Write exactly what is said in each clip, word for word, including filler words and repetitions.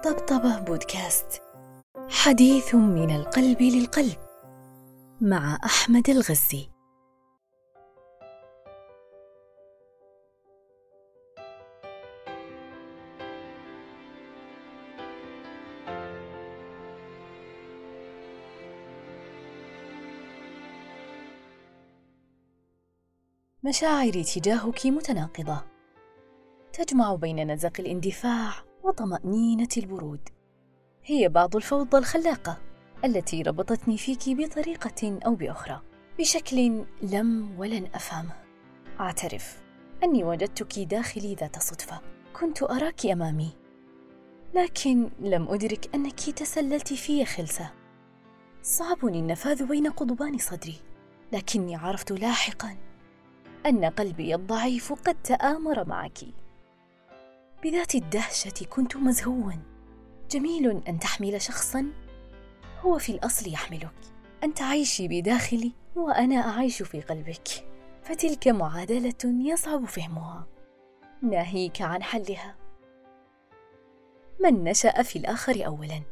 طبطبة بودكاست، حديث من القلب للقلب مع أحمد الغزي. مشاعري تجاهك متناقضة، تجمع بين نزق الاندفاع وطمأنينة البرود. هي بعض الفوضى الخلاقة التي ربطتني فيك بطريقة أو بأخرى، بشكل لم ولن أفهمه. أعترف أني وجدتك داخلي ذات صدفة، كنت أراك أمامي، لكن لم أدرك أنك تسللت في خلسة. صعبني النفاذ بين قضبان صدري، لكني عرفت لاحقاً أن قلبي الضعيف قد تآمر معك. بذات الدهشة كنت مزهواً. جميل أن تحمل شخصاً هو في الأصل يحملك، أن تعيشي بداخلي وأنا أعيش في قلبك، فتلك معادلة يصعب فهمها، ناهيك عن حلها. من نشأ في الآخر أولاً؟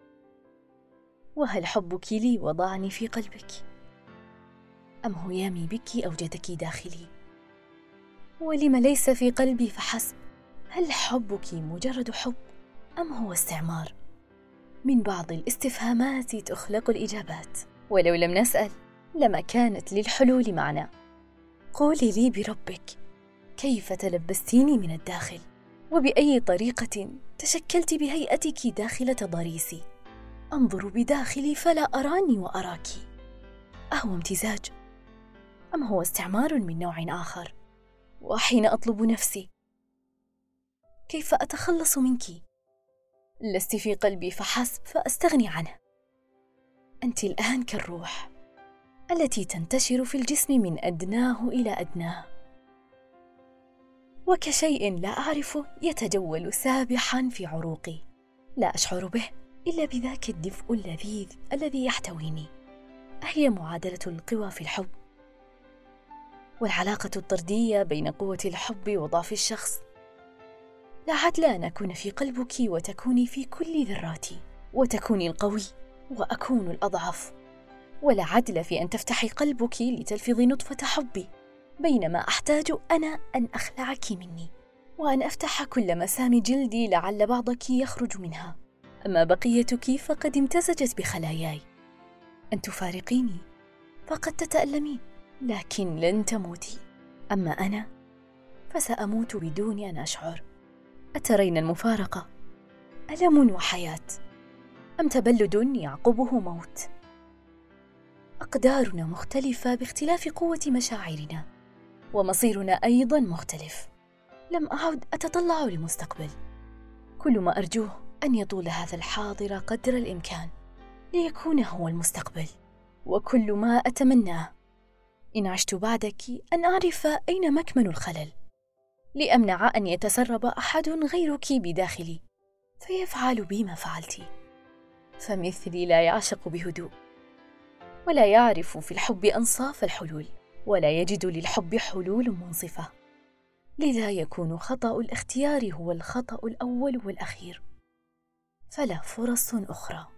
وهل حبك لي وضعني في قلبك، أم هيامي بك أوجدك داخلي؟ ولم ليس في قلبي فحسب؟ هل حبك مجرد حب أم هو استعمار؟ من بعض الاستفهامات تخلق الإجابات، ولو لم نسأل لما كانت للحلول معنى. قولي لي بربك، كيف تلبستيني من الداخل؟ وبأي طريقة تشكلت بهيئتك داخل تضاريسي؟ أنظر بداخلي فلا أراني وأراك. أهو امتزاج أم هو استعمار من نوع آخر؟ وحين أطلب نفسي، كيف أتخلص منك؟ لست في قلبي فحسب فأستغني عنه. أنت الآن كالروح التي تنتشر في الجسم من أدناه إلى أدناه، وكشيء لا أعرفه يتجول سابحا في عروقي، لا أشعر به إلا بذاك الدفء اللذيذ الذي يحتويني. أهي معادلة القوى في الحب، والعلاقة الطردية بين قوة الحب وضعف الشخص. لا عدل أن أكون في قلبك وتكوني في كل ذراتي، وتكوني القوي وأكون الأضعف. ولا عدل في أن تفتحي قلبك لتلفظي نطفة حبي، بينما أحتاج أنا أن أخلعك مني، وأن أفتح كل مسام جلدي لعل بعضك يخرج منها. أما بقيتك فقد امتزجت بخلاياي. أن تفارقيني فقد تتألمين، لكن لن تموتي. أما أنا فسأموت بدون أن أشعر. أترين المفارقة؟ ألم وحياة، أم تبلد يعقبه موت؟ أقدارنا مختلفة باختلاف قوة مشاعرنا، ومصيرنا أيضا مختلف. لم أعد أتطلع للمستقبل، كل ما أرجوه أن يطول هذا الحاضر قدر الإمكان ليكون هو المستقبل. وكل ما أتمناه إن عشت بعدك أن أعرف أين مكمن الخلل، لأمنع أن يتسرب أحد غيرك بداخلي فيفعل بي ما فعلت. فمثلي لا يعشق بهدوء، ولا يعرف في الحب أنصاف الحلول، ولا يجد للحب حلول منصفة. لذا يكون خطأ الاختيار هو الخطأ الأول والأخير، فلا فرص أخرى.